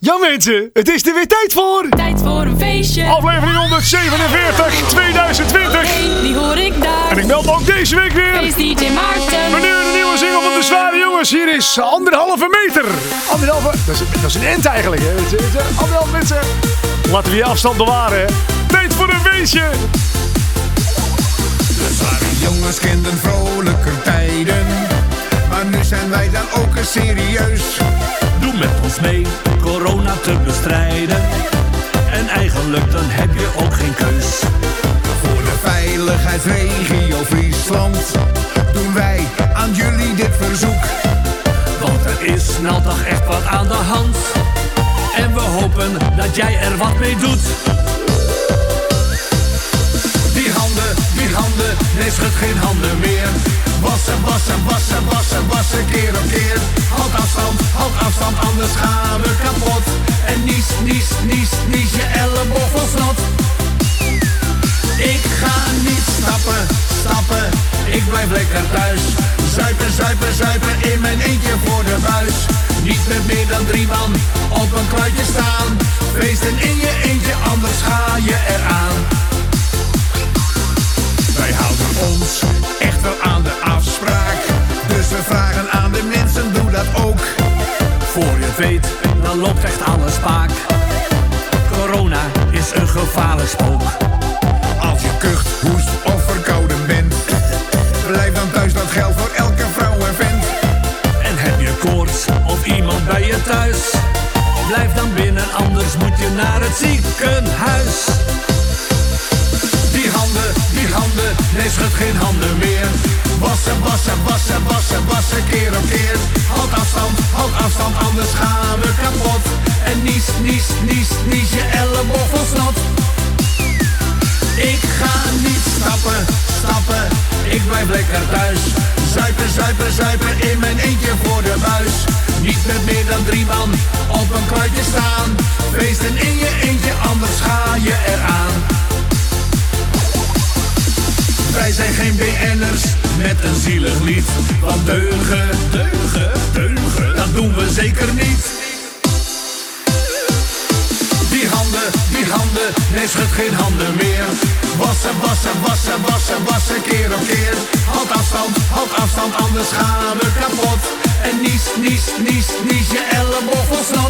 Ja mensen, het is er weer tijd voor. Tijd voor een feestje. Aflevering 147, 2020. Hey, die hoor ik daar. En ik meld me ook deze week weer. Feest DJ Maarten. Wanneer de nieuwe single van de Zware Jongens. Hier is 1,5 meter. Dat is een end eigenlijk. Hè. 1,5 meter. Laten we je afstand bewaren. Hè. Tijd voor een feestje. De Zware Jongens kenden vrolijker tijden. Maar nu zijn wij dan ook eens serieus. Doe met ons mee, corona te bestrijden. En eigenlijk dan heb je ook geen keus. Voor de veiligheidsregio Friesland doen wij aan jullie dit verzoek. Want er is nou toch echt wat aan de hand. En we hopen dat jij er wat mee doet. Die handen, nee schud geen handen meer. Wassen, keer op keer. Houd afstand, anders gaan we kapot. En nies, je elleboog vol snot. Ik ga niet stappen, ik blijf lekker thuis. Zuipen, in mijn eentje voor de buis. Niet met meer dan 3 man op een kluitje staan. Feesten in je eentje, anders ga je eraan. Wij houden ons echt wel aan de afspraak. Dus we vragen aan de mensen, doe dat ook. Voor je het weet, dan loopt echt alles spaak. Corona is een gevaarlijk spook. Als je kucht, hoest of verkouden bent, blijf dan thuis, dat geldt voor elke vrouw en vent. En heb je koorts of iemand bij je thuis? Blijf dan binnen, anders moet je naar het ziekenhuis. Die handen, nee schud geen handen meer. Wassen, keer op keer. Houd afstand, anders gaan we kapot. En nies, je elleboog vol snot. Ik ga niet stappen, ik blijf lekker thuis. Zuipen, in mijn eentje voor de buis. Niet met meer dan 3 man op een kluitje staan. Feesten in je eentje, anders ga je eraan. Wij zijn geen BN'ers met een zielig lied. Want deugen, dat doen we zeker niet. Die handen, nee schud geen handen meer. Wassen, keer op keer. Houd afstand, anders gaan we kapot. En nies, je elleboog vol snot.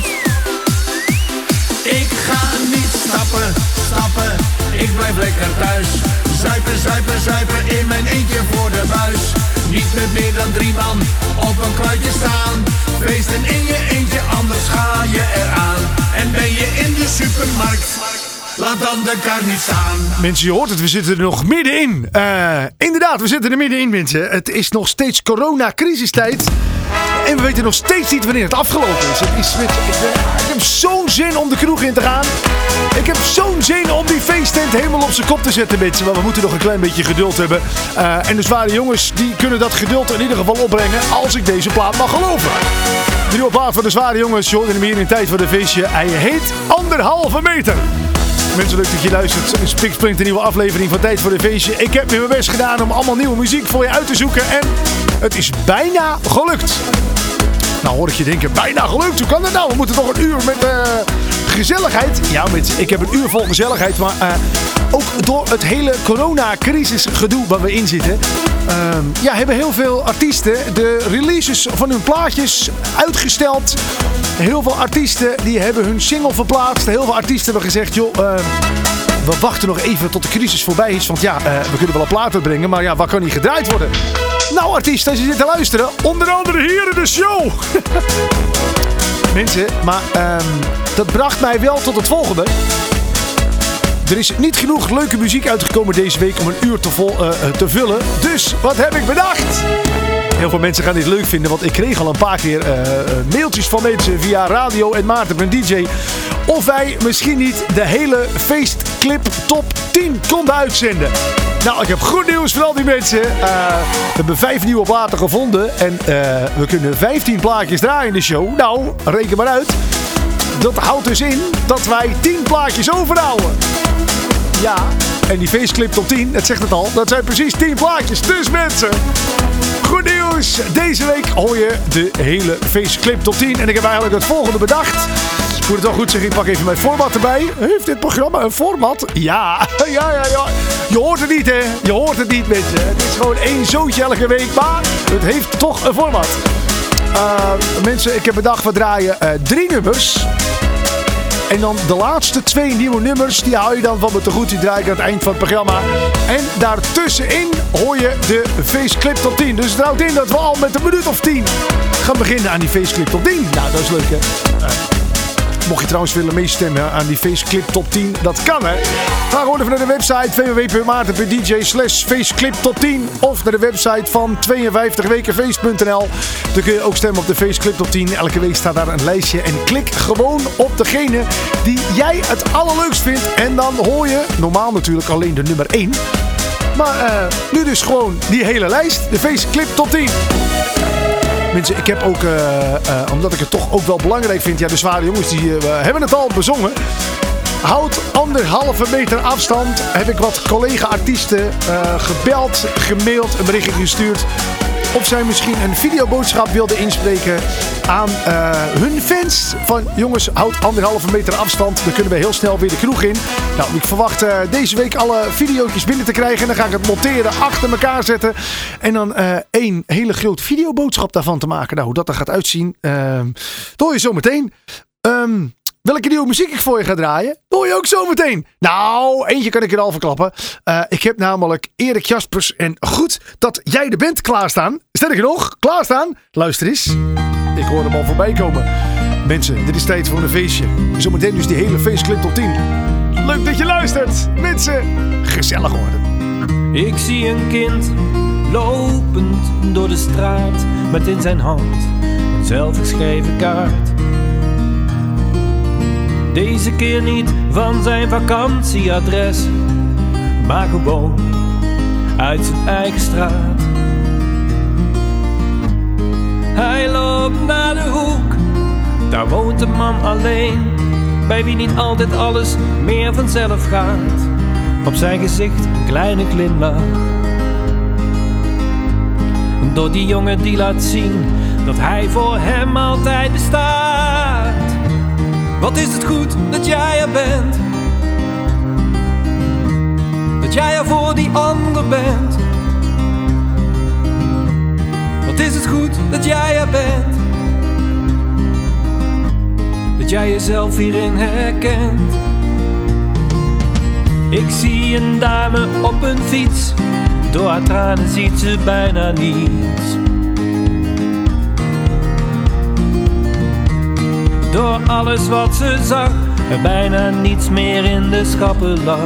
Ik ga niet stappen, ik blijf lekker thuis. Zuipen, in mijn eentje voor de buis. Niet met meer dan 3 man op een kluitje staan. Feesten in je eentje, anders ga je eraan. En ben je in de supermarkt, laat dan de kar niet staan. Mensen, je hoort het, we zitten er nog middenin. Inderdaad, we zitten er middenin, mensen. Het is nog steeds coronacrisistijd. En we weten nog steeds niet wanneer het afgelopen is. Ik heb zo'n zin om de kroeg in te gaan. Ik heb zo'n zin om die feesttent helemaal op zijn kop te zetten, mensen. Maar we moeten nog een klein beetje geduld hebben. En de Zware Jongens, die kunnen dat geduld in ieder geval opbrengen. Als ik deze plaat mag geloven. De nieuwe plaat van de Zware Jongens, je hoort hem hier in tijd voor de feestje. Hij heet 1,5 meter. Mensen, leuk dat je luistert. Een spiksplinter nieuwe aflevering van Tijd voor de Feestje. Ik heb nu mijn best gedaan om allemaal nieuwe muziek voor je uit te zoeken. En het is bijna gelukt. Nou hoor ik je denken, bijna gelukt. Hoe kan dat nou? We moeten toch een uur met gezelligheid. Ja mensen, ik heb een uur vol gezelligheid. Maar ook door het hele coronacrisis gedoe waar we in zitten. Hebben heel veel artiesten de releases van hun plaatjes uitgesteld. Heel veel artiesten die hebben hun single verplaatst. Heel veel artiesten hebben gezegd, joh, we wachten nog even tot de crisis voorbij is. Want ja, we kunnen wel een plaat uitbrengen, maar ja, waar kan die gedraaid worden? Nou artiesten, als je zit te luisteren, onder andere hier in de show. Mensen, maar dat bracht mij wel tot het volgende. Er is niet genoeg leuke muziek uitgekomen deze week om een uur te vullen. Dus, wat heb ik bedacht? Heel veel mensen gaan dit leuk vinden, want ik kreeg al een paar keer mailtjes van mensen via radio@maarten.dj of wij misschien niet de hele feestclip top 10 konden uitzenden. Nou, ik heb goed nieuws voor al die mensen. We hebben 5 nieuwe platen gevonden en we kunnen 15 plaatjes draaien in de show. Nou, reken maar uit. Dat houdt dus in dat wij 10 plaatjes overhouden. Ja, en die feestclip top 10, het zegt het al, dat zijn precies 10 plaatjes. Dus mensen, goed nieuws. Deze week hoor je de hele feestclip top 10. En ik heb eigenlijk het volgende bedacht. Ik moet het wel goed zeggen, ik pak even mijn format erbij. Heeft dit programma een format? Ja. Je hoort het niet, hè? Je hoort het niet, mensen. Het is gewoon 1 zootje elke week, maar het heeft toch een format. Mensen, ik heb bedacht, we draaien 3 nummers. En dan de laatste 2 nieuwe nummers, die hou je dan van me te goed. Die draai ik aan het eind van het programma. En daartussenin hoor je de Faceclip Top 10. Dus het houdt in dat we al met 1 minuut of 10 gaan beginnen aan die Faceclip Top 10. Nou, dat is leuk, hè? Mocht je trouwens willen meestemmen aan die Faceclip Top 10, dat kan, hè? Ga gewoon even naar de website www.maarten.dj/Faceclip Top 10 of naar de website van 52wekenfeest.nl. Dan kun je ook stemmen op de Faceclip Top 10. Elke week staat daar een lijstje en klik gewoon op degene die jij het allerleukst vindt. En dan hoor je normaal natuurlijk alleen de nummer 1. Maar nu dus gewoon die hele lijst, de Faceclip Top 10. Mensen, ik heb ook, omdat ik het toch ook wel belangrijk vind, ja, de zware jongens die hebben het al bezongen. Houd 1,5 meter afstand. Heb ik wat collega-artiesten gebeld, gemaild, een berichtje gestuurd. Of zij misschien een videoboodschap wilden inspreken aan hun fans. Van jongens, houd 1,5 meter afstand. Dan kunnen we heel snel weer de kroeg in. Nou, ik verwacht deze week alle video's binnen te krijgen. En dan ga ik het monteren, achter elkaar zetten. En dan 1 hele grote videoboodschap daarvan te maken. Nou, hoe dat er gaat uitzien, dat hoor je zo meteen. Welke nieuwe muziek ik voor je ga draaien, hoor je ook zo meteen. Nou, eentje kan ik er al verklappen. Ik heb namelijk Erik Jaspers en goed dat jij er bent klaarstaan. Sterker nog, klaarstaan. Luister eens. Ik hoor hem al voorbij komen. Mensen, dit is tijd voor een feestje. Zometeen dus die hele Faceclip Top 10. Leuk dat je luistert. Mensen, gezellig worden. Ik zie een kind lopend door de straat met in zijn hand een zelfgeschreven kaart. Deze keer niet van zijn vakantieadres, maar gewoon uit zijn eigen straat. Hij loopt naar de hoek, daar woont een man alleen, bij wie niet altijd alles meer vanzelf gaat. Op zijn gezicht een kleine glimlach. Door die jongen die laat zien dat hij voor hem altijd bestaat. Wat is het goed dat jij er bent, dat jij er voor die ander bent. Wat is het goed dat jij er bent, dat jij jezelf hierin herkent. Ik zie een dame op een fiets, door haar tranen ziet ze bijna niets. Door alles wat ze zag, er bijna niets meer in de schappen lag.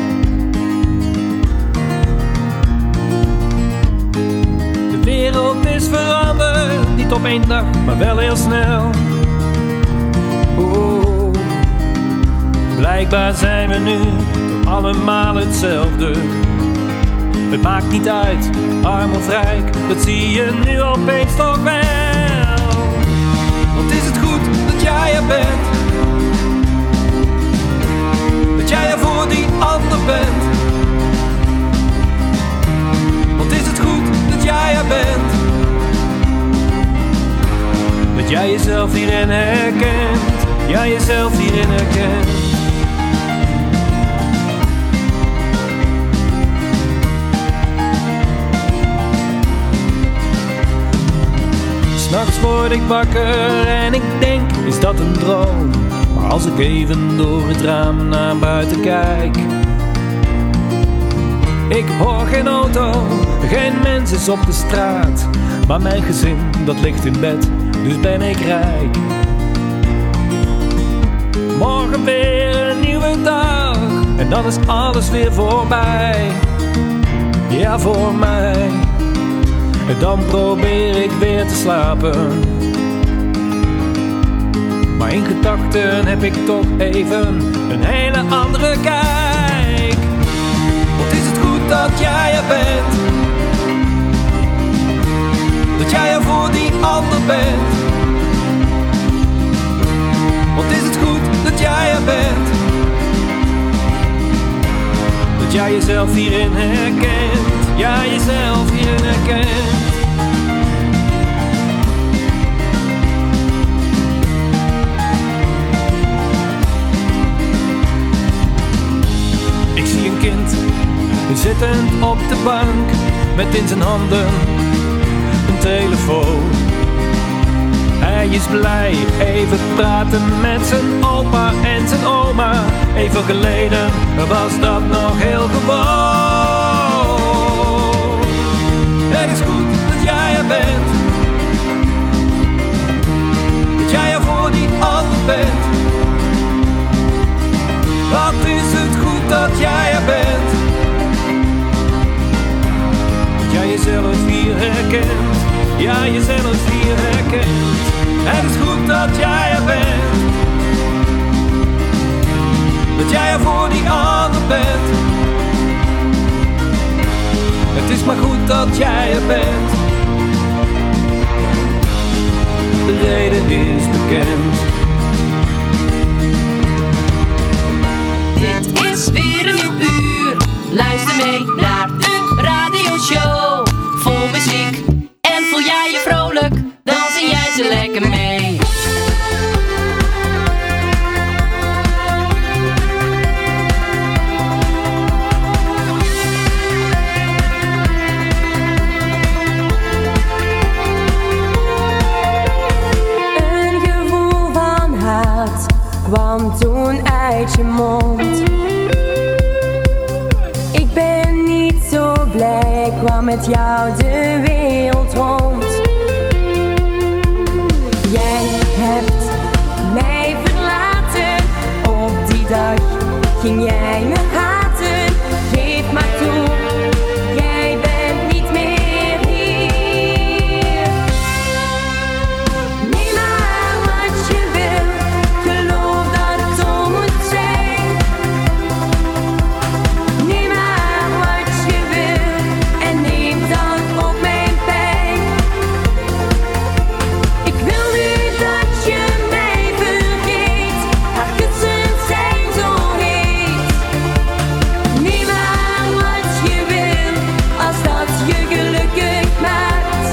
De wereld is veranderd, niet op 1 dag, maar wel heel snel. Oh, blijkbaar zijn we nu toch allemaal hetzelfde. Het maakt niet uit, arm of rijk, dat zie je nu opeens toch wel. Wat is het goed dat jij er bent, dat jij er voor die ander bent. Wat is het goed dat jij er bent, dat jij jezelf hierin herkent, jij jezelf hierin herkent. S'nachts word ik wakker en ik denk, is dat een droom? Maar als ik even door het raam naar buiten kijk, ik hoor geen auto, geen mens is op de straat. Maar mijn gezin, dat ligt in bed, dus ben ik rijk. Morgen weer een nieuwe dag en dan is alles weer voorbij. Ja, voor mij. En dan probeer ik weer te slapen, maar in gedachten heb ik toch even een hele andere kijk. Wat is het goed dat jij er bent, dat jij er voor die ander bent. Wat is het goed dat jij er bent, dat jij jezelf hierin herkent, ja, jezelf hierin herkent. zittend op de bank, met in zijn handen een telefoon. Hij is blij, even praten met zijn opa en zijn oma. Even geleden was dat nog heel gewoon. Het is goed dat jij er bent, dat jij er voor die ander bent. Wat is het goed dat jij er bent, dat jij jezelf hier herkent. Ja, jezelf hier herkent. Het is goed dat jij er bent, dat jij er voor die ander bent. Het is maar goed dat jij er bent. De reden is bekend. Dit is weer een nieuw uur. Luister mee naar de radioshow. Vol muziek en voel jij je vrolijk, dan zing jij ze lekker mee. Een gevoel van haat kwam toen uit je mond. Ik ben niet zo blij, ik kwam met jou de wereld rond. Jij hebt mij verlaten, op die dag ging jij me haten. Geef maar toe, jij bent niet meer hier. Neem maar wat je wil, geloof dat het zo moet zijn. Neem maar wat je wil en neem dan ook mijn pijn. Ik wil nu dat je mij vergeet, haar kussen zijn zo heet. Neem maar wat je wil, als dat je gelukkig maakt.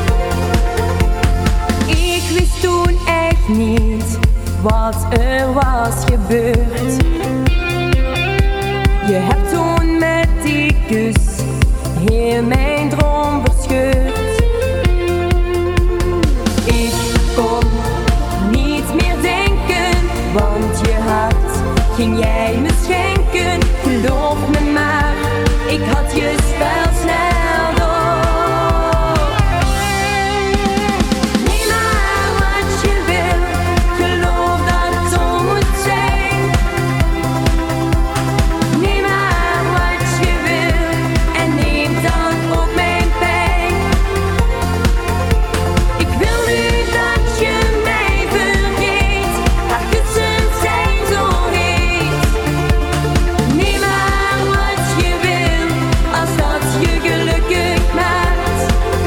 Ik wist toen echt niet wat er was gebeurd. Je hebt toen met die kus heel mijn droom verscheurd. Ik kon niet meer denken, want je hart ging jij me schenken. Geloof me maar, ik had je spel snel door. Neem maar wat je wil, geloof dat het zo moet zijn. Neem maar wat je wil en neem dan ook mijn pijn. Ik wil nu dat je mij vergeet, haar kussen zijn zo heet. Neem maar wat je wil, als dat je gelukkig maakt.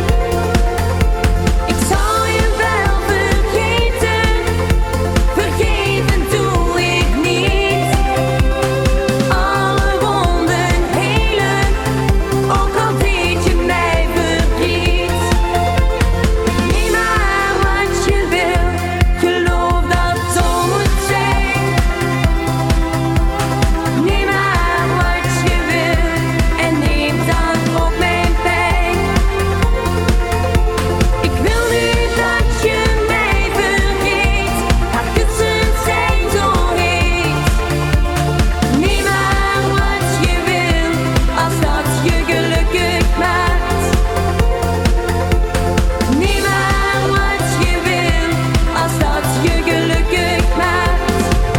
Ik zal je wel vergeten, vergeven doe ik niet. Alle wonden helen, ook al deed je mij verdriet. Neem maar wat je wil, geloof dat het zo moet zijn. Neem maar wat je wil en neem dan ook mijn pijn. Ik wil nu dat je mij vergeet, haar kussen zijn zo heet. Neem maar wat je wil, als dat je gelukkig maakt. Neem maar wat je wil, als dat je gelukkig maakt.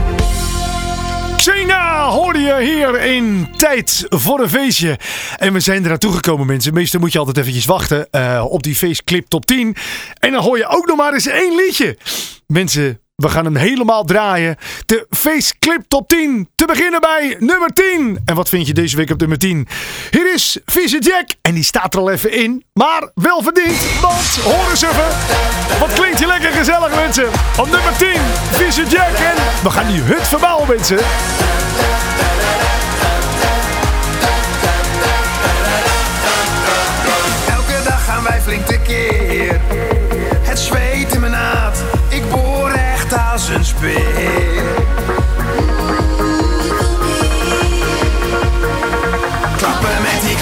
Xena hoorde je hier in Tijd voor een Feestje. En we zijn er naartoe gekomen, mensen. Meestal moet je altijd eventjes wachten op die feestclip top 10. En dan hoor je ook nog maar eens één liedje. Mensen, we gaan hem helemaal draaien. De feestclip top 10. Te beginnen bij nummer 10. En wat vind je deze week op nummer 10? Hier is Vieze Jack. En die staat er al even in. Maar wel verdiend. Want, hoor eens even. Wat klinkt je lekker gezellig, mensen. Op nummer 10. Vieze Jack. En we gaan die hut verbouwen, mensen. Elke dag gaan wij flink tekeer. Het zweet in mijn naad, ik boor echt als een speer. Klappen met die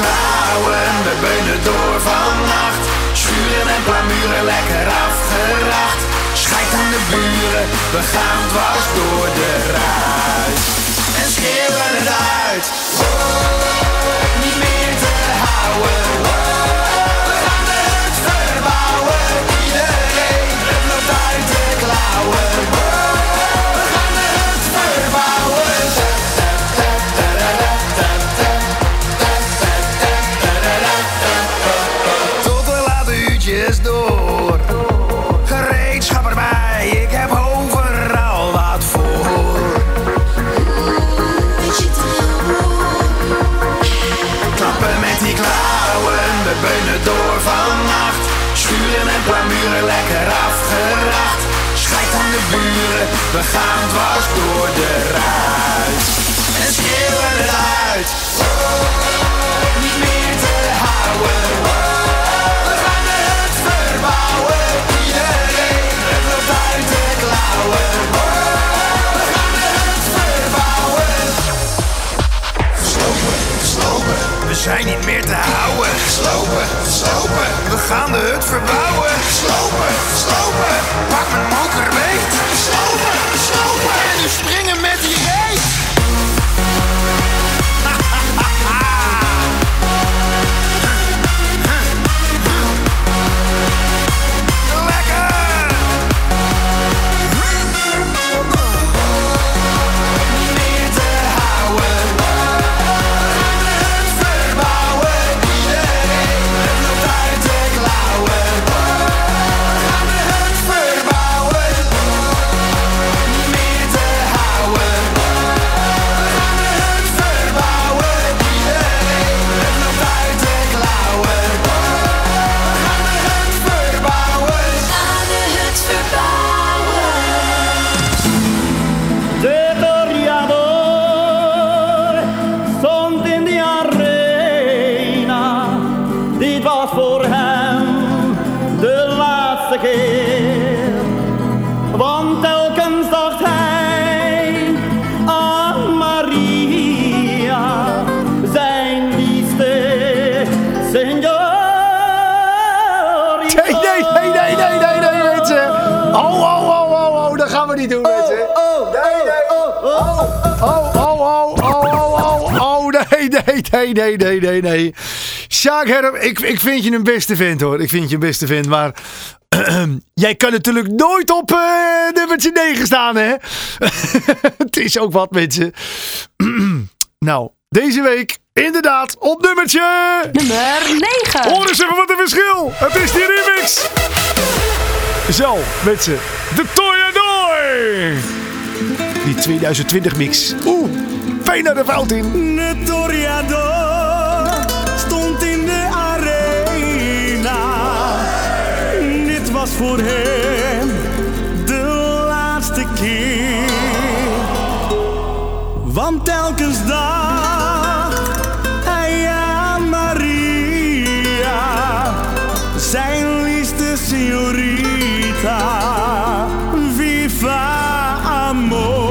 We gaan dwars door de ruit en schreeuwen het uit. Niet meer te houden. We gaan het verbouwen. Iedereen het loopt uit de klauwen. We gaan het verbouwen. Slopen, slopen. We zijn niet meer te houden. Slopen, slopen. We gaan de hut verbouwen. Slopen, slopen. Pak mijn moker beet. Slopen, slopen. En nu springen met die reet. Want telkens dacht hij aan Maria, zijn liefste señorita. Nee, mensen. Oh, dat gaan we niet doen, mensen. Nee. Sjaak Herp, ik vind je een beste vent, hoor. Ik vind je een beste vent, maar jij kan natuurlijk nooit op nummertje 9 staan, hè? Het is ook wat, mensen. Nou, deze week inderdaad op nummertje... Nummer 9. Hoor eens even wat een verschil. Het is die remix. Zo, mensen. De Toreador. Die 2020 mix. Fijn naar de fout in. De Toreador stond in de arena. Dit was voor hem de laatste keer. Want telkens dacht hij aan Maria, zijn liefste señorita. Viva amor.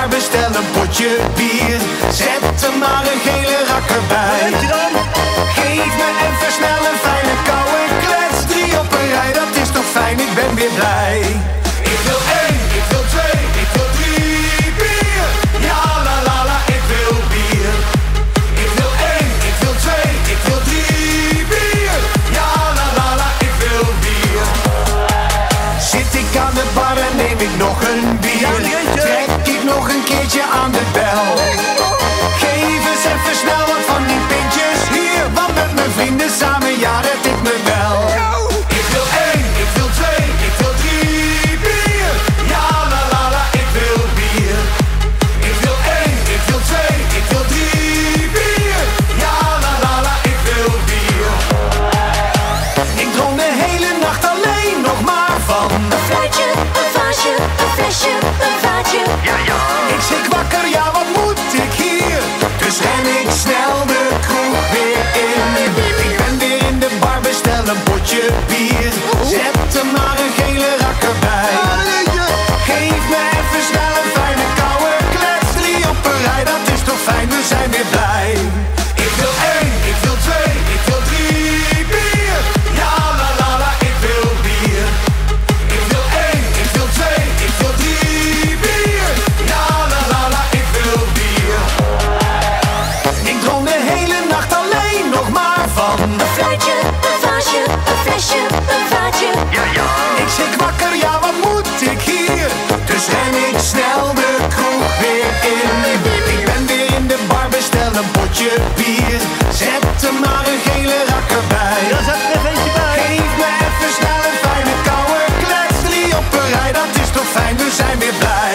bar, bestel een potje bier. Zet er maar een gele rakker bij. Geef me even snel een fijne koude klets. 3 op een rij, dat is toch fijn, ik ben weer blij. Ik wil 1, ik wil 2, ik wil 3 bier. Ja la la la, ik wil bier. Ik wil 1, ik wil 2, ik wil 3 bier. Ja la la la, ik wil bier. Zit ik aan de bar en neem ik nog een bier. Trek ik nog een keertje aan de bel. Geef eens even snel wat van die pintjes hier. Want met mijn vrienden samen, ja, red ik me wel. Ik wil 1, ik wil 2, ik wil 3 bier. Ja la la la, ik wil bier. Ik wil 1, ik wil 2, ik wil 3 bier. Ja la la la, ik wil bier. Ik droom de hele nacht alleen nog maar van Een fluitje, een vaasje, een flesje, een vaatje. Ik schrik wakker, ja wat moet ik hier? Dus ren ik snel de kroeg weer in. Ik ben weer in de bar, bestel een potje bier. Zet er maar een gele rakker bij. Geef me even snel een fijne koude klets. 3 op een rij, dat is toch fijn, we zijn weer blij. Ik wil 1, ik wil 2, ik wil 3 bier. Ja la la la, ik wil bier. Ik wil 1, ik wil 2, ik wil 3 bier. Ja la la la, ik wil bier. Ik droom de hele nacht alleen nog maar van Een fluitje, een vaasje, een flesje, een vaatje. Ik schrik wakker, ja wat moet ik hier? Dus ren ik snel de kroeg weer in. Ik ben weer in de bar, bestel een potje bier. Zet er maar een gele rakker bij. Geef me even snel een fijne koude klets. 3 op een rij, dat is toch fijn, we zijn weer blij.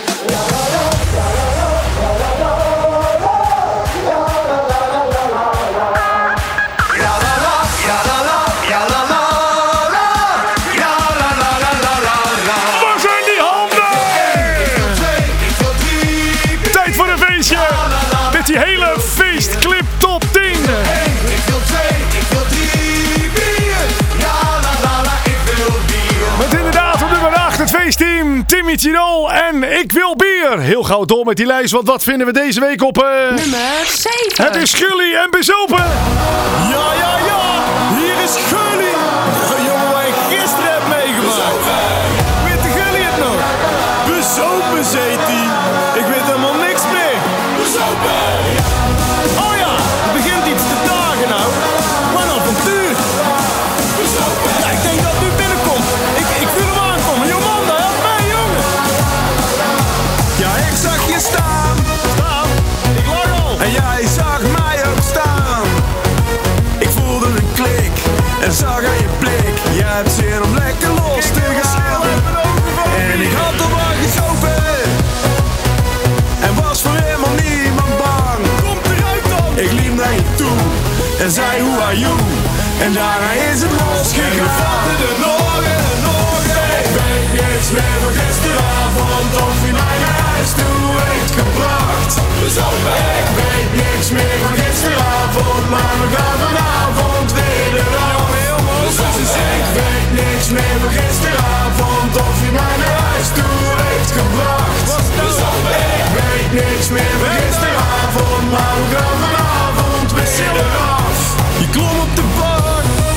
Ja la la, ja la la, ja la la la. Ja la la la la la la. Waar zijn die handen? Ik wil 2, ik wil 3 bier. Tijd voor een feestje. Met die hele feestclip top 10. Ik wil 2, ik wil 3 bier. Ja la la la, ik wil bier. Met inderdaad op nummer 8 het feestteam Timmy Tirol en Ik Wil Bier. Heel gauw door met die lijst, want wat vinden we deze week op... Nummer 7. Het is Gully en Bezopen. Ja, ja, ja, hier is Gully. De jongen waar ik gisteren heb meegemaakt. Weet de Gully het nog? Bezopen, zei hij. Ik weet helemaal niks meer. Bezopen. Oh ja, er begint iets te dagen nou. Wat een avontuur. Bezopen. Ja, ik denk dat het nu binnenkomt. Ik wil hem aankomen. Jomanda, help mij, jongen. Ja, ik zag je staan. Ik lag al. En jij zag mij ook staan. Ik voelde een klik en zag aan je blik. Jij hebt zin om lekker los te gaan. En ik had al wat gezopen. En was voor helemaal niemand bang. Komt eruit dan. Ik liep naar je toe en zei hoe are you. En daarna is het losgegaan. We vatten er nog en nog. Ik weet niks meer van gisteravond. Of je mij naar huis toe heeft gebracht. Ik weet niks meer van gisteravond. Maar we gaan vanavond weer eraf. Ik weet niks meer van gisteravond. Of je mij naar huis toe heeft gebracht. Ik weet niks meer van gisteravond. Maar we gaan vanavond weer eraf. Je klom op de bar.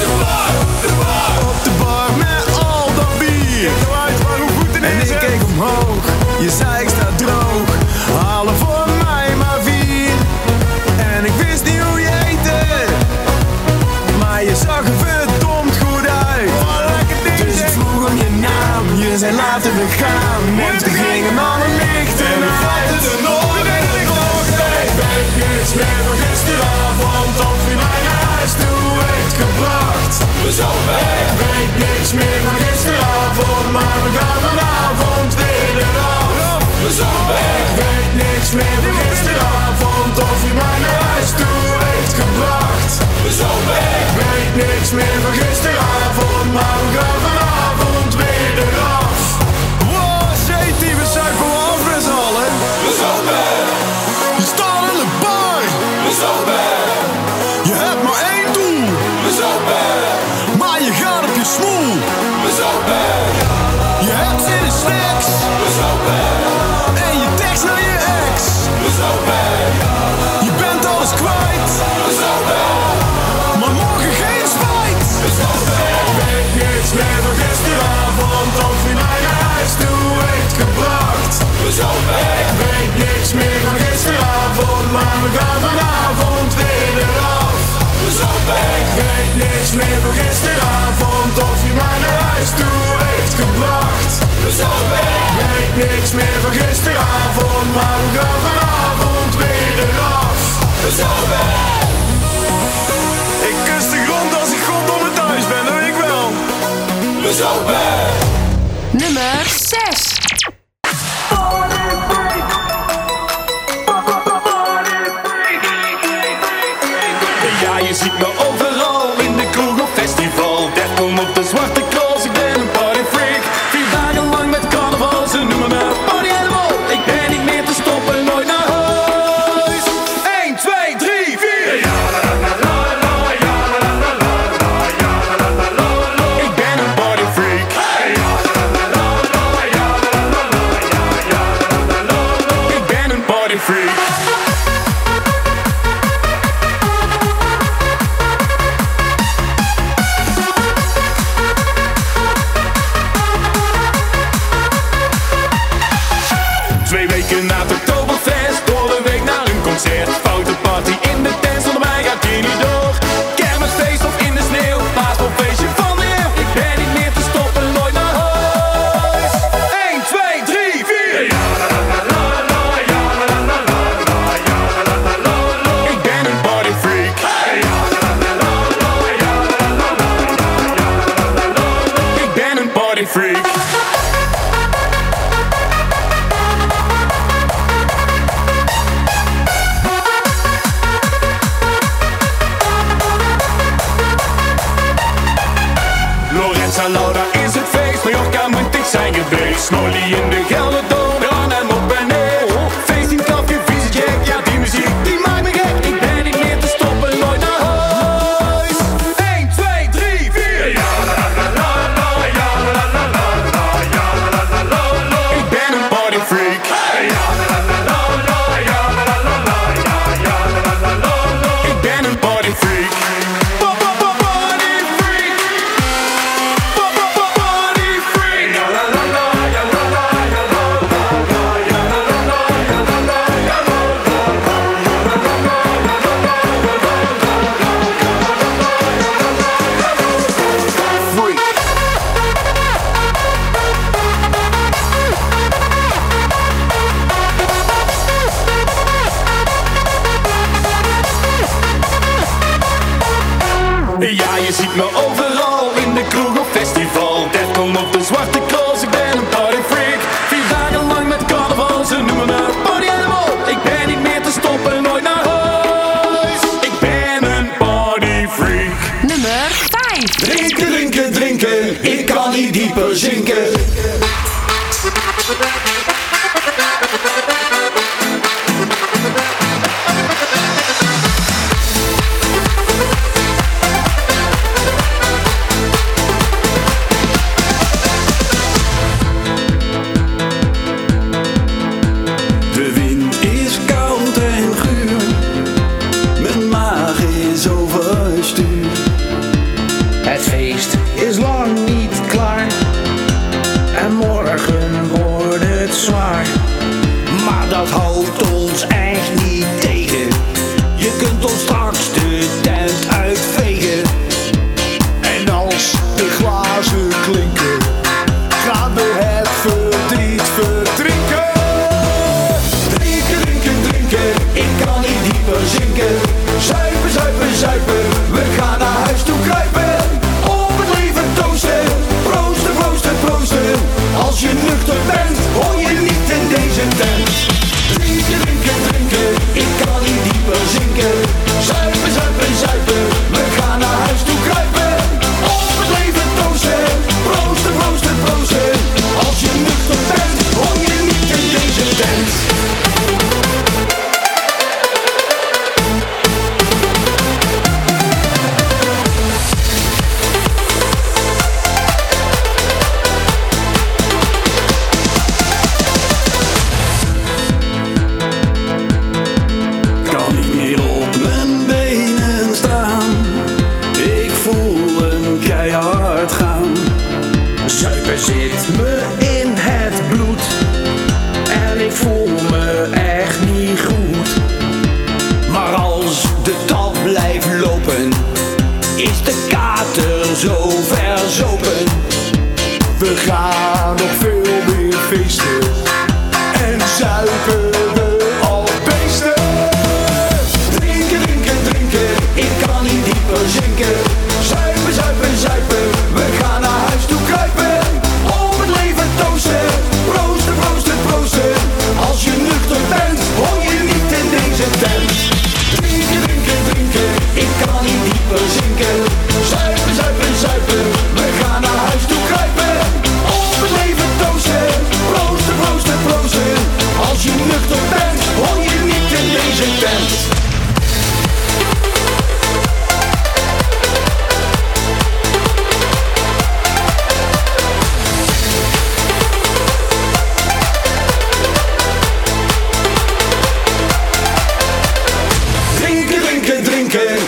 Op de bar met al dat bier. En ik keek omhoog. Je zei ik sta droog. Halen voor mij maar 4. En ik wist niet hoe je heette. Maar je zag er verdomd goed uit. Dus ik vroeg om je naam. Je zei laten we gaan. En toen gingen alle lichten en we vatten er nog en nog. Ik weet niks meer van gisteravond. Of je mij naar huis toe heeft gebracht. Ik weet niks meer van gisteravond. Maar we gaan vanavond weer eraf. Ik weet niks meer van gisteravond. Of je mij naar huis toe heeft gebracht. Ik weet niks meer van gisteravond. Maar we gaan vanavond weer eraf. Wow, zei die, we zijn gewoon af met z'n allen. Je staat in de bar. Je hebt maar 1 doel. Maar je gaat op je smoel. Je hebt zin in snacks. En je tekst naar we gaan vanavond weer eraf. Ik weet niks meer van gisteravond, of je mij naar huis toe heeft gebracht. Ik weet niks meer van gisteravond, maar we gaan vanavond weer eraf. Ik kus de grond als ik goddomme thuis ben, dat weet ik wel. Nummer 6. Ja, je ziet me overal in de kroeg of festival. 13 op de Zwarte Cross, ik ben een partyfreak. 4 dagen lang met carnaval, ze noemen me party animal. Ik ben niet meer te stoppen, nooit naar huis. 1, 2, 3, 4. Ik ben een partyfreak. Ik ben een partyfreak. Foute party in de tent, zonder mij gaat hier niet door. Kermisfeest of in de sneeuw, paasbalfeestje van de eeuw. Ik ben niet meer te stoppen, nooit naar huis. 1, 2, 3, 4. Ik ben een partyfreak. Ik ben een partyfreak. Laura is het feest, Mallorca moet ik zijn geweest. Smolly in de Gelderdoom, Ran en op en neer. Feest in Kafje, vieze jack, ja die muziek die maakt me gek. Ik ben niet meer te stoppen, nooit naar huis. 1, 2, 3, 4. Ik ben een partyfreak. Ik ben een partyfreak. Ja, je ziet me overal in de kroeg of festival. 13 op de Zwarte Cross, ik ben een partyfreak. 4 dagen lang met carnaval, ze noemen me party animal. Ik ben niet meer te stoppen, nooit naar huis. Ik ben een partyfreak. Nummer 5. Drinken, drinken, drinken, ik kan niet dieper zinken. De wind is koud en guur, mijn maag is overstuur. Het feest is lang niet klaar en morgen wordt het zwaar. Maar dat houdt ons echt niet tegen. Je kunt ons straks de tent uitvegen. En als de glazen klinken, gaan we het verdriet verdrinken. Drinken, drinken, drinken, ik kan niet dieper zinken. Zuipen, zuipen, zuipen, we gaan naar huis toe kruipen. Op het leven toosten, proosten, proosten, proosten. Als je nuchter bent, hoor je niet in deze tent. Drinken, drinken, drinken,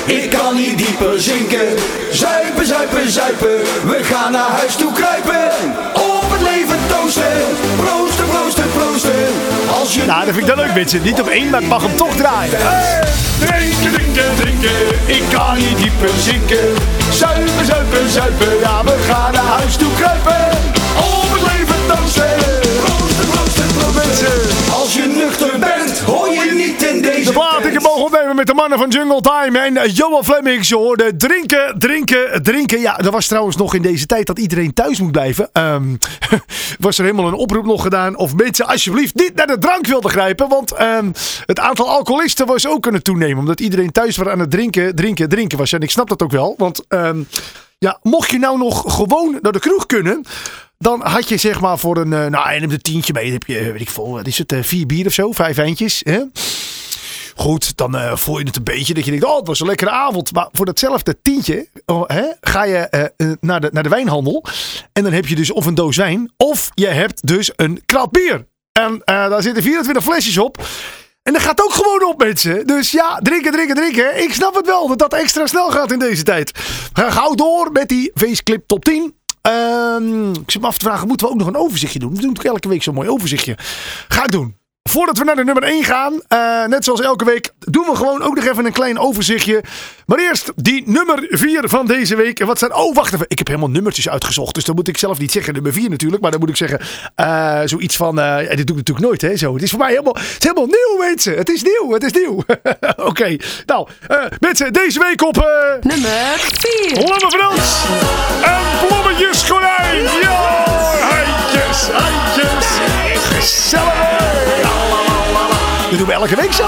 ik kan niet dieper zinken. Zuipen, zuipen, zuipen, we gaan naar huis toe kruipen. Op het leven toosten, proosten, proosten, proosten. Als je Nou, dat vind ik dan leuk, mensen. Niet op één, maar ik mag hem toch draaien. Drinken, drinken, drinken, ik kan niet dieper zinken. Zuipen, zuipen, zuipen, ja, we gaan naar huis toe kruipen. Op het leven toosten, proosten, proosten, proosten. Als je nuchter bent, hoor je niet in deze De plaat ik heb mogen opnemen met de mannen van Jungle Time en Johan Flemings. Je hoorde drinken, drinken, drinken. Ja, er was trouwens nog in deze tijd dat iedereen thuis moet blijven. Was er helemaal een oproep nog gedaan of mensen alsjeblieft niet naar de drank wilden grijpen. Want het aantal alcoholisten was ook kunnen toenemen. Omdat iedereen thuis weer aan het drinken, drinken, drinken was. En ik snap dat ook wel. Want ja, mocht je nou nog gewoon naar de kroeg kunnen... Dan had je zeg maar voor een tientje mee. Dan heb je, weet ik veel, wat is het, 4 bier of zo, 5 eindjes. Hè? Goed, dan voel je het een beetje dat je denkt, het was een lekkere avond. Maar voor datzelfde tientje ga je naar de wijnhandel. En dan heb je dus of een doos wijn, of je hebt dus een krat bier. En daar zitten 24 flesjes op. En dat gaat ook gewoon op, mensen. Dus ja, drinken, drinken, drinken. Ik snap het wel dat dat extra snel gaat in deze tijd. We gaan gauw door met die Faceclip Top 10. Ik zit me af te vragen, moeten we ook nog een overzichtje doen? We doen natuurlijk elke week zo'n mooi overzichtje. Ga ik doen. Voordat we naar de nummer 1 gaan, net zoals elke week, doen we gewoon ook nog even een klein overzichtje. Maar eerst die nummer 4 van deze week. En wat zijn... Oh, wacht even. Ik heb helemaal nummertjes uitgezocht. Dus dat moet ik zelf niet zeggen. Nummer 4 natuurlijk. Maar dan moet ik zeggen, zoiets van... dit doe ik natuurlijk nooit, hè. Zo. Het is voor mij helemaal nieuw, mensen. Het is nieuw. Het is nieuw. Oké. Nou, mensen, deze week op... Nummer 4. Lange Frans. En Blommetjes Konijn. Ja, heintjes, heintjes. Gezellig. Dat doen we elke week zo.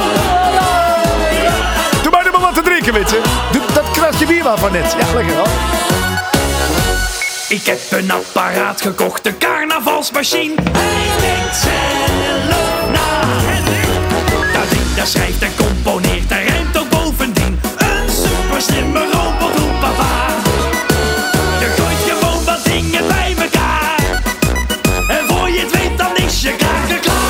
Doe mij er maar wat te drinken, mensen. Doe dat kratje bier maar van net. Ja, lekker hoor. Ik heb een apparaat gekocht, een carnavalsmachine. Hij denkt zelf na. Dat ding, dat schrijft en componeert en rijmt ook bovendien. Een super slimme robot, roep papa. Je gooit gewoon wat dingen bij elkaar. En voor je het weet, dan is je kraken klaar.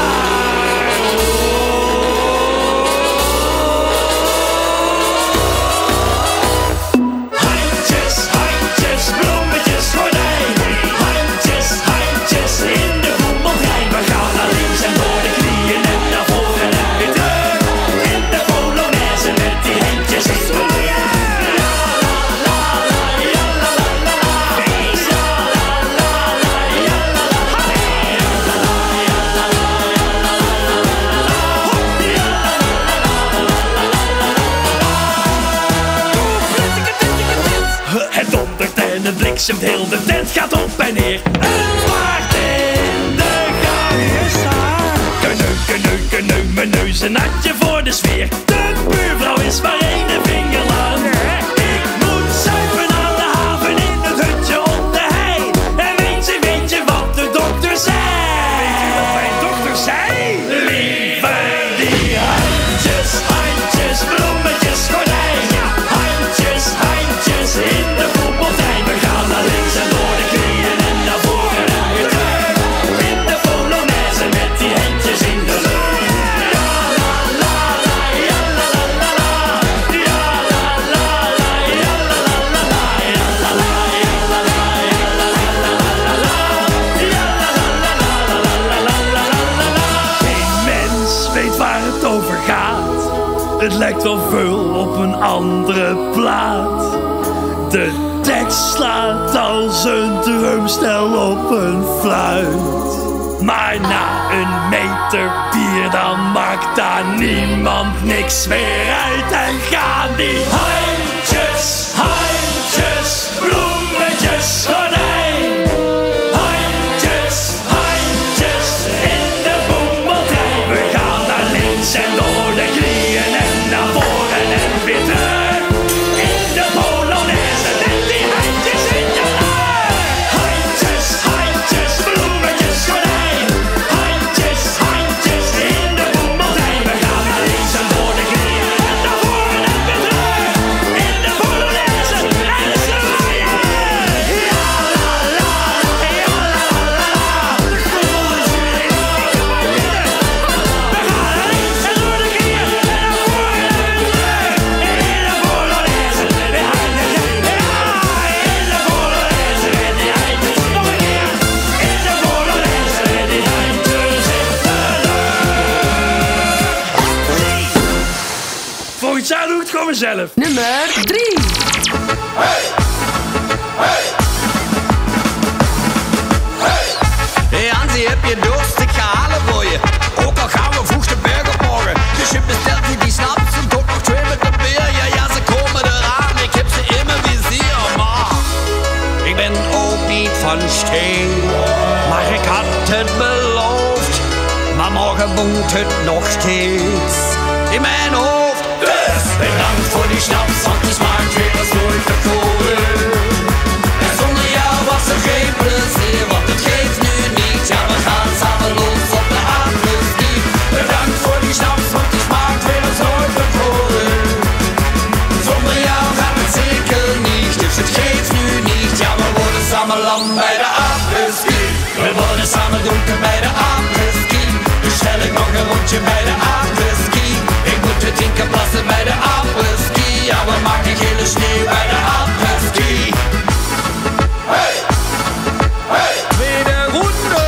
Het bliksemt heel de tent gaat op en neer. Een paard in de gang. Kneu, kneu, kneu, mijn neus een natje voor de sfeer. De buurvrouw is maar één vinger lang. Ik moet zuipen aan de haven in het hutje op de hei. En weet je wat de dokter zei? Weet je wat mijn dokter zei? Lieve die handjes, handjes, bloemetjes, gordijn. Handjes, handjes in de voetbaltijn. We gaan naar links en door de knieën en naar voren en weer terug. In de Polonaise met die handjes in de lucht. Ja la la la, ja la la la la. Ja la la la, ja la la la la. Ja la la, ja la la, ja la la la la la. Ja la la la la la la la la la. Geen mens weet waar het over gaat. Het lijkt wel veel op een andere plaat. De tekst slaat als een drumstel op een fluit. Maar na een meter bier dan maakt daar niemand niks meer uit. En gaan die handjes, handjes, bloemetjes, gordijn. Handjes, handjes in de boemeltrein. We gaan naar links en door de knieën en naar voren en weer terug. In de Polonaise met die handjes in de lucht. Handjes, handjes, bloemetjes, gordijn. Handjes, handjes in de boemeltrein. We gaan naar links en door de knieën en naar voren en weer terug. In de Polonaise. goed zijn, doe ik het gewoon mezelf. Nummer 3. Hey Hansie, heb je dorst? Ik ga halen voor je. Ook al gaan we vroeg de berg op morgen. Dus je bestelt je die snaps en tot nog 2 met de beer. Ja, ze komen eraan. Ik heb ze in mijn vizier. Maar ik ben ook niet van steen. Maar ik had het beloofd. Maar morgen woont het nog steeds in mijn hoofd. Dus bedankt voor die snaps, want die smaakt weer als nooit tevoren. En zonder jou was er geen plezier, want het geeft nu niet. Ja, we gaan samen los op de apres-ski. Bedankt voor die snaps, want die smaakt weer als nooit tevoren. Zonder jou gaat het zeker niet, dus het geeft nu niet. Ja, we worden samen lam bij de apres-ski. We worden samen dronken bij de apres-ski. Dus stel ik nog een rondje bij de apres-ski. Ik moet het 10 keer plassen bij de apres-ski. Ja, we maken gele sneeuw bij de apres-ski. Hey! Hey! Tweede ronde!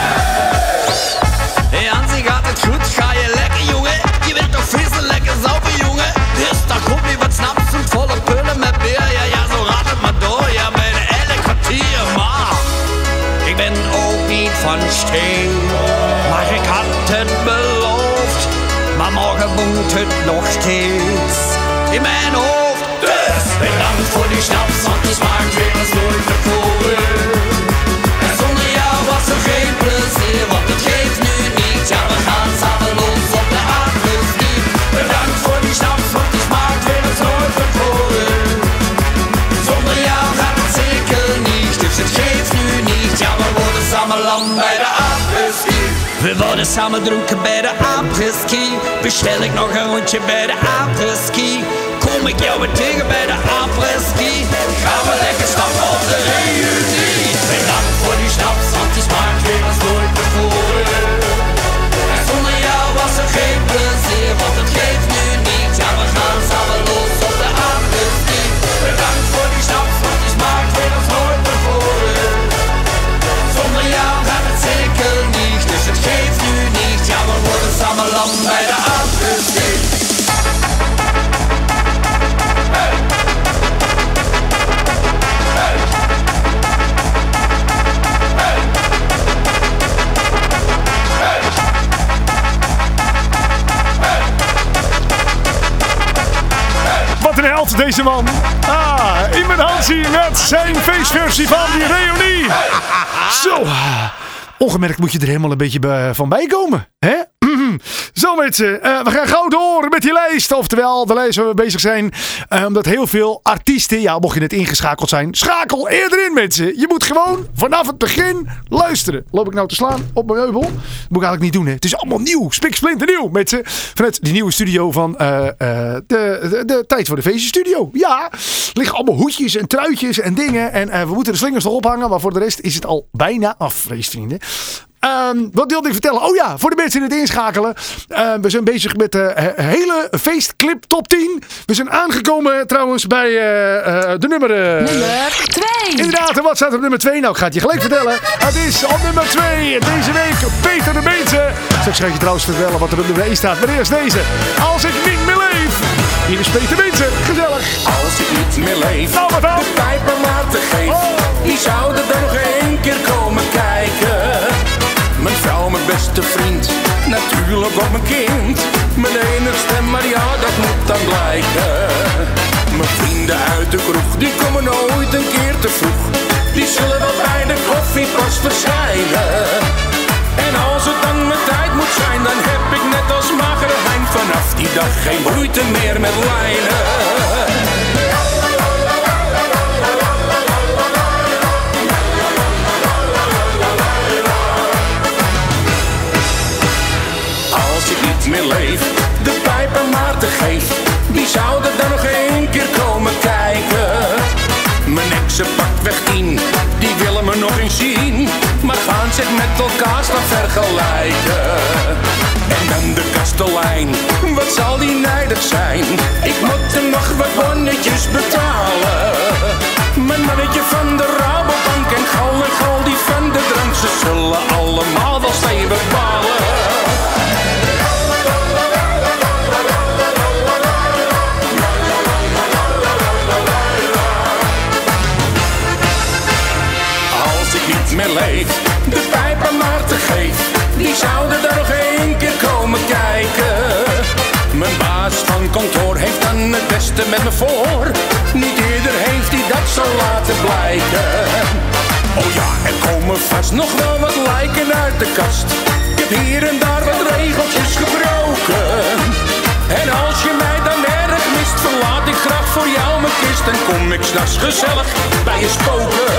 Hey Hansie, gaat het goed? Ga je lekker, jongen? Je bent toch vis en lekker sauber, jongen? Dus daar komt nu wat snaps en volle pullen met beer. Ja, zo gaat het maar door. Ja, bijna elk kwartier, maar ik ben ook niet van steen. Maar ik had het beloofd. Maar morgen woont het nog steeds in mijn hoofd. Dus bedankt voor die snaps, want die smaakt weer als nooit tevoren. En zonder jou was er geen plezier, want het geeft nu niet. Ja, we gaan samen los op de apres-ski. Bedankt voor die snaps, want die smaakt weer als nooit tevoren. Zonder jou gaat het zeker niet, dus het geeft nu niet. Ja, we worden samen lam bij de apres-ski. We worden samen dronken bij de apres-ski. Bestel ik nog een rondje bij de apres-ski. Kom ik jou weer tegen bij de apres-ski. Gaan we lekker stappen op de reunie. Bedankt voor die snaps, want die smaakt weer als nooit tevoren. En zonder jou was er geen plezier, want het geeft nu niet. Ja, we gaan samen los op de apres-ski. Bedankt voor die snaps, want die smaakt weer als nooit tevoren. Zonder jou gaat het zeker niet, dus het geeft nu niet. Ja, we worden samen lam bij de apres-ski. Hey! Hey! Hey! Hey! Hey! Wat een held deze man. In mijn Hansie met zijn feestversie van die reunie. Zo, ongemerkt moet je er helemaal een beetje van bijkomen. Hè? Zo mensen, we gaan gauw door met die lijst. Oftewel, de lijst waar we bezig zijn. Omdat heel veel artiesten, ja, mocht je net ingeschakeld zijn, schakel eerder in mensen. Je moet gewoon vanaf het begin luisteren. Loop ik nou te slaan op mijn meubel? Dat moet ik eigenlijk niet doen, hè. Het is allemaal nieuw, spiksplinternieuw mensen. Vanuit die nieuwe studio van de Tijd voor de Feestjes studio. Ja, er liggen allemaal hoedjes en truitjes en dingen. En we moeten de slingers nog ophangen, maar voor de rest is het al bijna af, feestvrienden. Wat wilde ik vertellen? Oh ja, voor de mensen die het inschakelen. We zijn bezig met de hele feestclip top 10. We zijn aangekomen trouwens bij de nummer 2. Inderdaad, en wat staat op nummer 2? Nou, ik ga het je gelijk vertellen. Het is op nummer 2 deze week Peter de Beentje. Straks ga ik je trouwens vertellen wat er op nummer 1 staat. Maar eerst deze. Als ik niet meer leef. Hier is Peter Beentje. Gezellig. Als ik niet meer leef, Nou, wat dan? de pijpen maar te geven. Die zouden er nog 1 keer komen kijken. Mijn vrouw, mijn beste vriend, natuurlijk ook mijn kind. Mijn enigste, maar ja, dat moet dan blijken. Mijn vrienden uit de kroeg, die komen nooit een keer te vroeg. Die zullen wel bij de koffie pas verschijnen. En als het dan mijn tijd moet zijn, dan heb ik net als magere Hein vanaf die dag geen moeite meer met lijnen. Als ik niet meer leef, de pijpen maar te geef, die zouden er nog 1 keer komen kijken. Mijn exen pakt weg 10, die willen me nog eens zien, maar gaan zich met elkaar staan vergelijken. En dan de kastelein, wat zal die nijdig zijn? Ik moet hem nog wat bonnetjes betalen. Mijn mannetje van de Rabobank en Gal die van de drank, ze zullen allemaal wel stevig balen. beste met me voor. Niet eerder heeft hij dat zo laten blijken. Oh ja, er komen vast nog wel wat lijken uit de kast. Ik heb hier en daar wat regeltjes gebroken. En als je mij dan erg mist, verlaat ik graag voor jou mijn kist. En kom ik 's nachts gezellig bij je spoken.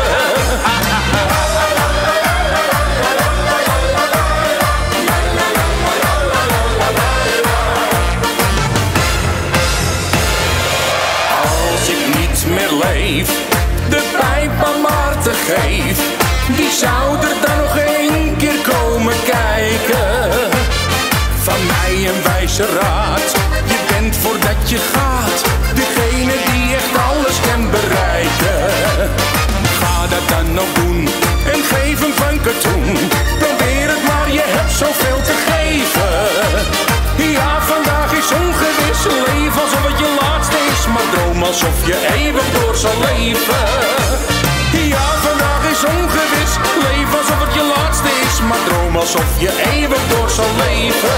Als ik niet meer leef, de pijp aan Maarten geef, wie zou er dan nog één keer komen kijken? Van mij een wijze raad, je bent voordat je gaat degene die echt alles kan bereiken. Ga dat dan ook doen en geef hem van katoen. Probeer het maar, je hebt zoveel te geven. Ja, vandaag is ongewis, leef alsof het je laatste is, maar droom alsof je eeuwig door zal leven. Ja, vandaag is ongewis, leef alsof het je laatste is, maar droom alsof je eeuwig door zal leven.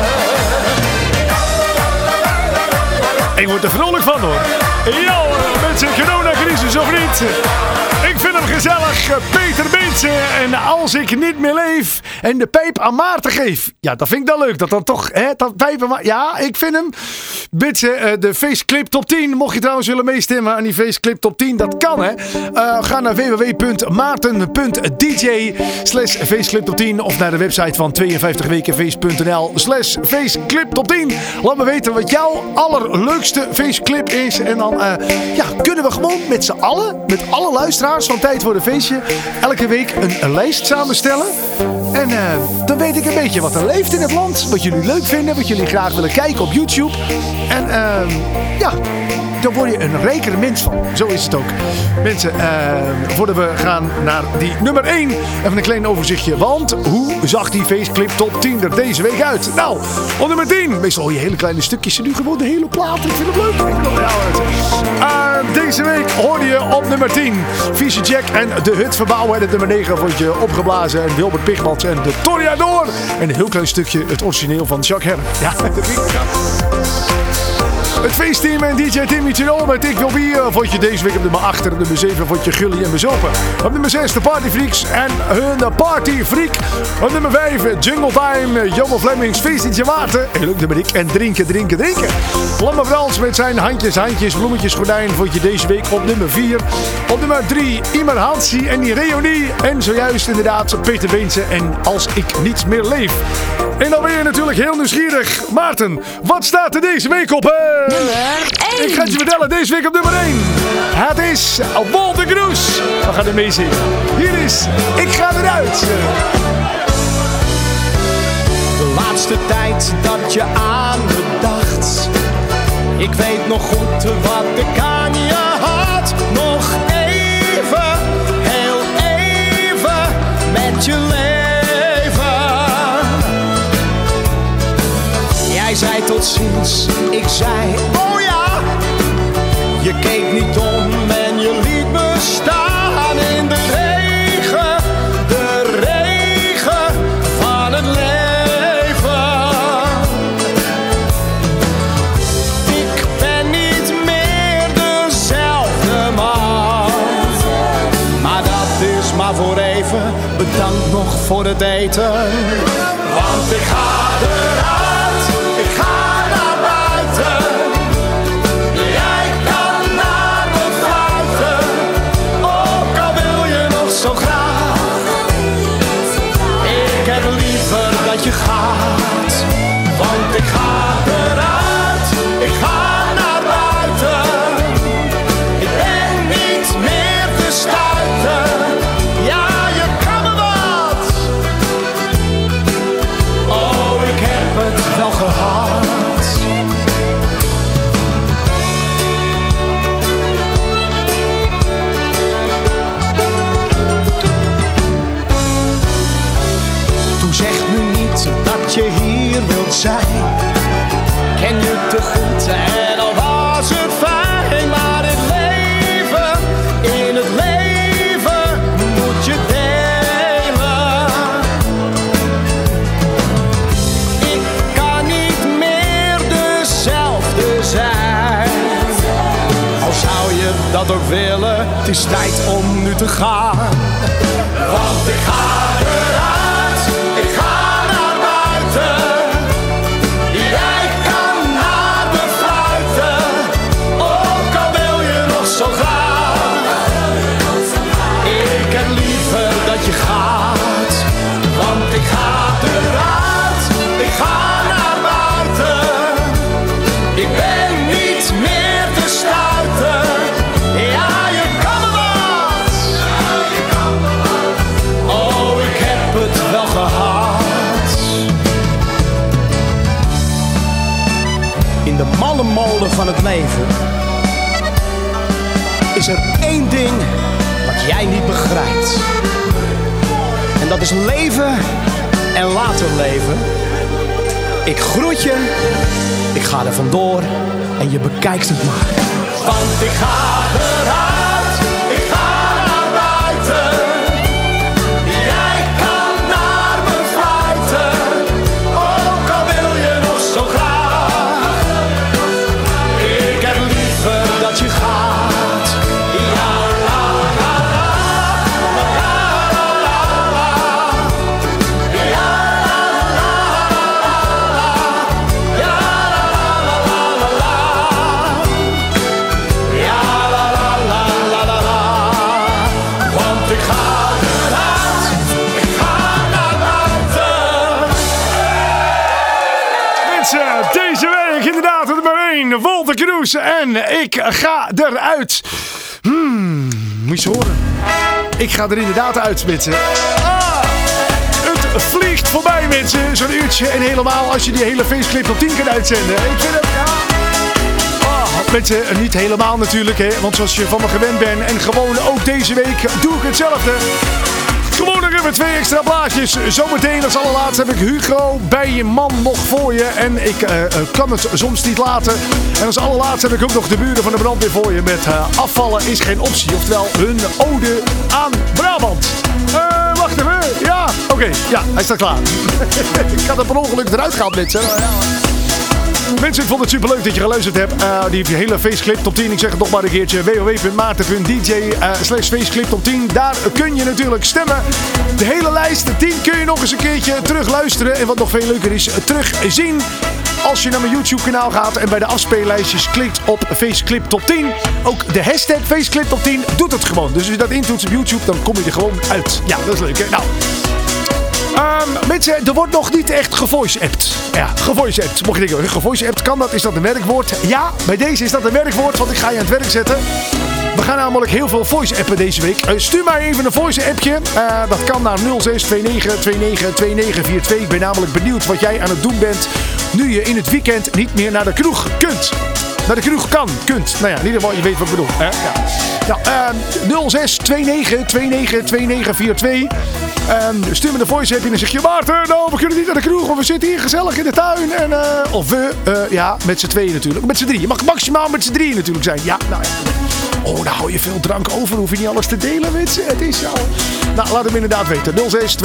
Ik word er vrolijk van, hoor. Ja, mensen, coronacrisis of niet? Ik vind hem gezellig, Peter Beentje. En als ik niet meer leef en de pijp aan Maarten geef. Ja, dat vind ik dan leuk. Dat dan toch, hè, dat pijp aan Maarten. Ja, ik vind hem. Beetje de Faceclip Top 10. Mocht je trouwens willen meestemmen aan die Faceclip Top 10, dat kan, hè. Ga naar www.maarten.dj/Faceclip Top 10 of naar de website van 52wekenfeest.nl/Faceclip Top 10. Laat me weten wat jouw allerleukste Faceclip is. En dan kunnen we gewoon met z'n allen, met alle luisteraars van Tijd voor een Feestje, elke week een lijst samenstellen. En dan weet ik een beetje wat er leeft in het land. Wat jullie leuk vinden, wat jullie graag willen kijken op YouTube. En dan word je een rijker mens van. Zo is het ook. Mensen, voordat we gaan naar die nummer 1, even een klein overzichtje. Want hoe zag die Faceclip Top 10 er deze week uit? Nou, op nummer 10. Meestal hoor je hele kleine stukjes. Nu gewoon de hele plaat. Ik vind het leuk. Deze week hoorde je op nummer 10 Vieze Jack en De Hut Verbouwen. En op nummer 9 vond je Opgeblazen en Wilbert Pigmans en De Toreador. En een heel klein stukje het origineel van Jacques Herm. Ja, dat ging het. Het feestteam en DJ Timmy Tirol met Ik Wil Bier vond je deze week op nummer 8. Op nummer 7 vond je Gully en Bezopen. Op nummer 6 de Party Freaks en hun Party Freak. Op nummer 5 Jungle Time, Jomo Flemings, Feestje Water. En ook nummer ik en Drinken. Lamme Frans met zijn handjes, bloemetjes, gordijn vond je deze week op nummer 4. Op nummer 3 Imer Hansi en die Reunie. En zojuist inderdaad Peter Beentje en Als Ik Niet Meer Leef. En dan ben je natuurlijk heel nieuwsgierig. Maarten, wat staat er deze week op? Nummer 1. Ik ga het je vertellen, deze week op nummer 1. Het is Walter Kroes. We gaan er mee zingen. Hier is Ik Ga Eruit. De laatste tijd dat je aan me dacht. Ik weet nog goed wat ik aan je had. Nog even, heel even, met je leven. Jij zei tot ziens, ik zei oh ja. Je keek niet om en je liet me staan in de regen van het leven. Ik ben niet meer dezelfde man, maar dat is maar voor even. Bedankt nog voor het eten, want ik ga eruit, ik ga naar buiten. Jij kan naar me fluiten, ook al wil je nog zo graag. Ik heb liever dat je gaat, want ik ga eruit, ik ga naar buiten. Ik ben niet meer te stuiten, ja je kan me wat. Oh, ik heb dat ook willen. Het is tijd om nu te gaan. Want ik ga eruit, ik ga naar buiten. Jij kan naar me fluiten, ook al wil je nog zo graag. Ik heb liever dat je gaat, want ik ga eruit, ik ga naar buiten. Ik ben niet meer te stuiten. Ja, je kan me wat. Oh, ik heb het wel gehad. In de malle molen van het leven is er één ding wat jij niet begrijpt. En dat is leven en later leven. Ik groet je, ik ga er vandoor en je bekijkt het maar. Want ik ga eruit, ik ga naar buiten. Jij kan naar me fluiten, ook al wil je nog zo graag. Ik heb liever dat je gaat. Ja, la la la, la la la la. Ja, la la la la. Ja, la la la la. Ja, la la la la la la. Want ik ga eruit, ik ga naar buiten. Mensen, deze week inderdaad het nummer 1, Wolter Kroes en ik ga eruit. Moet je eens horen. Ik ga er inderdaad uit, mensen. Het vliegt voorbij, mensen. Zo'n uurtje en helemaal als je die hele faceclip op 10 kan uitzenden. Ik vind het, ja. Mensen, niet helemaal natuurlijk, hè. Want zoals je van me gewend bent en gewoon ook deze week doe ik hetzelfde. Gewoon nog even 2 extra plaatjes. Zometeen als allerlaatste heb ik Hugo bij je man nog voor je. En ik kan het soms niet laten. En als allerlaatste heb ik ook nog de buren van de brandweer voor je. Met afvallen is geen optie. Oftewel hun ode aan Brabant. Wacht even. Ja, oké. Ja, hij staat klaar. Ik had het per ongeluk eruit gehaald, mensen. Mensen, ik vond het superleuk dat je geluisterd hebt. Die hele faceclip top 10. Ik zeg het nog maar een keertje. www.maarten.dj/faceclip top 10. Daar kun je natuurlijk stemmen. De hele lijst, de 10 kun je nog eens een keertje terug luisteren. En wat nog veel leuker is, terugzien. Als je naar mijn YouTube kanaal gaat en bij de afspeellijstjes klikt op faceclip top 10. Ook de hashtag faceclip top 10 doet het gewoon. Dus als je dat intoetst op YouTube, dan kom je er gewoon uit. Ja, dat is leuk, hè? Nou. Mensen, er wordt nog niet echt gevoice-appt. Ja, gevoice-appt. Mocht je denken, gevoice-appt, kan dat? Is dat een werkwoord? Ja, bij deze is dat een werkwoord, want ik ga je aan het werk zetten. We gaan namelijk heel veel voice-appen deze week. Stuur mij even een voice-appje. Dat kan naar 0629292942. Ik ben namelijk benieuwd wat jij aan het doen bent nu je in het weekend niet meer naar de kroeg kunt. Naar de kroeg kunt. Nou ja, in ieder geval, je weet wat ik bedoel. Ja. Nou, 0629292942. Stuur me de voice-app en dan zeg je: Maarten, nou, we kunnen niet naar de kroeg, want we zitten hier gezellig in de tuin. En, of we, ja, met z'n tweeën natuurlijk. Met z'n drieën. Je mag maximaal met z'n drieën natuurlijk zijn. Ja, nou ja. Oh, nou hou je veel drank over. Hoef je niet alles te delen, mensen. Het is zo. Nou, laat hem inderdaad weten. 0629292942.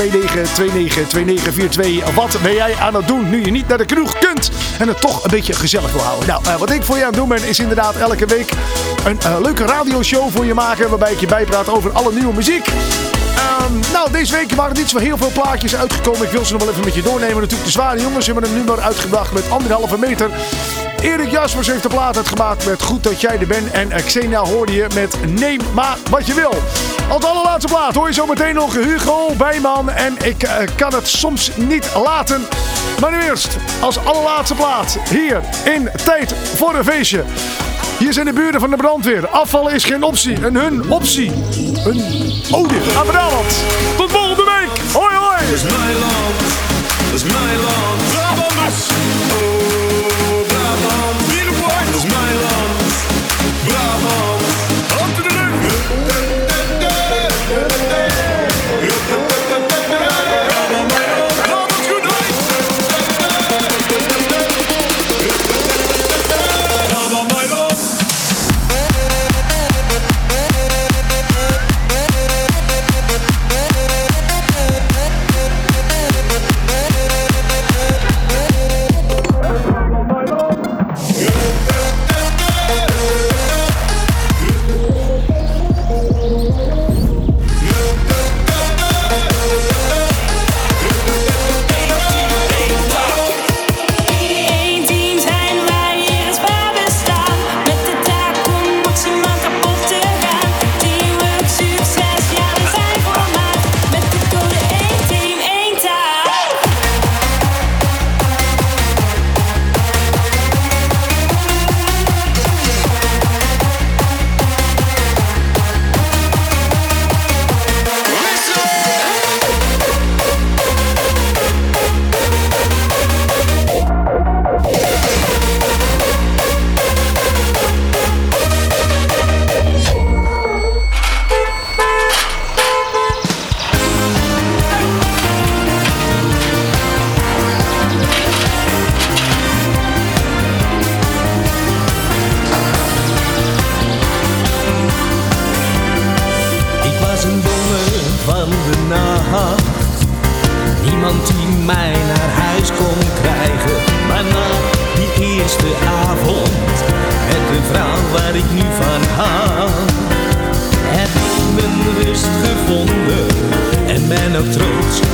Wat ben jij aan het doen nu je niet naar de kroeg kunt en het toch een beetje gezellig wil houden? Nou, wat ik voor je aan het doen ben, is inderdaad elke week een leuke radioshow voor je maken. Waarbij ik je bijpraat over alle nieuwe muziek. Nou, deze week waren niet zo heel veel plaatjes uitgekomen. Ik wil ze nog wel even met je doornemen. Natuurlijk de Zware Jongens hebben een nummer uitgebracht met 1,5 meter. Erik Jaspers heeft de plaat uitgemaakt met Goed dat jij er bent. En Xenia hoorde je met Neem maar wat je wil. Als allerlaatste plaat hoor je zo meteen nog Hugo Bijman. En ik kan het soms niet laten. Maar nu eerst als allerlaatste plaat hier in Tijd voor een Feestje. Hier zijn de buren van de brandweer. Afvallen is geen optie. En hun optie. Een ode aan Brabant. Tot volgende week. Hoi hoi. Dat is mijn land. Dat is mijn land. Brabanders. Oh, Brabant. Dierenpoort. Dat is mijn land. Brabant. Hand in de lucht.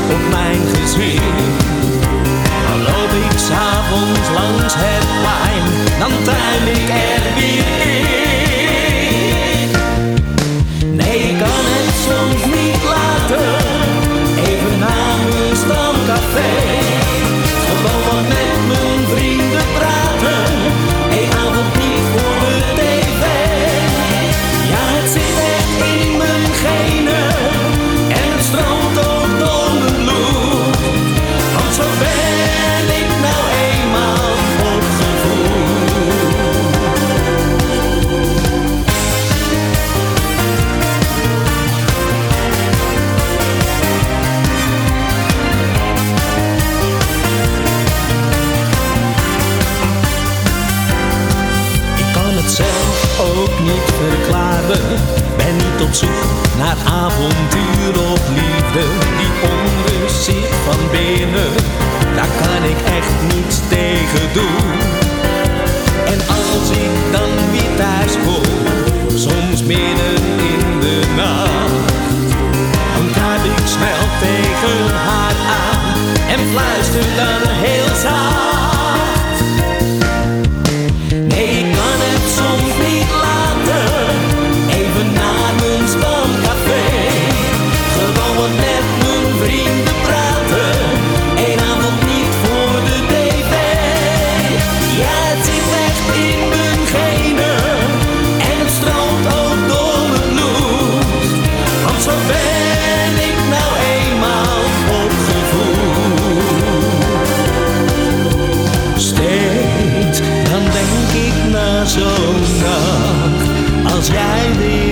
op mijn gezicht. Dan loop ik 's avonds langs het plein, dan tuin ik er weer in. Nee, ik kan het soms niet laten, even naar mijn stamcafé. Gewoon wat met mijn vrienden praten, één avond niet voor de tv. Ja, het zit echt in mijn genen en het stroomt ook door mijn bloed. Want zo ben ik nou eenmaal opgevoed. Ik kan het zelf ook niet verklaren, ben niet op zoek naar avontuur of liefde. Die onrust zit van binnen, daar kan ik echt niets tegen doen. En als ik dan weer thuis kom, soms midden in de nacht, dan kruip ik snel tegen haar aan en fluister dan heel zacht. Nee, ik kan het soms niet laten, even naar mijn stamcafé. Gewoon wat met mijn vrienden praten, één avond niet voor de tv. Ja, het zit echt in mijn genen en het stroomt ook door mijn bloed. Want zo ben ik nou eenmaal opgevoed. Steeds dan denk ik na zo'n nacht, als jij weer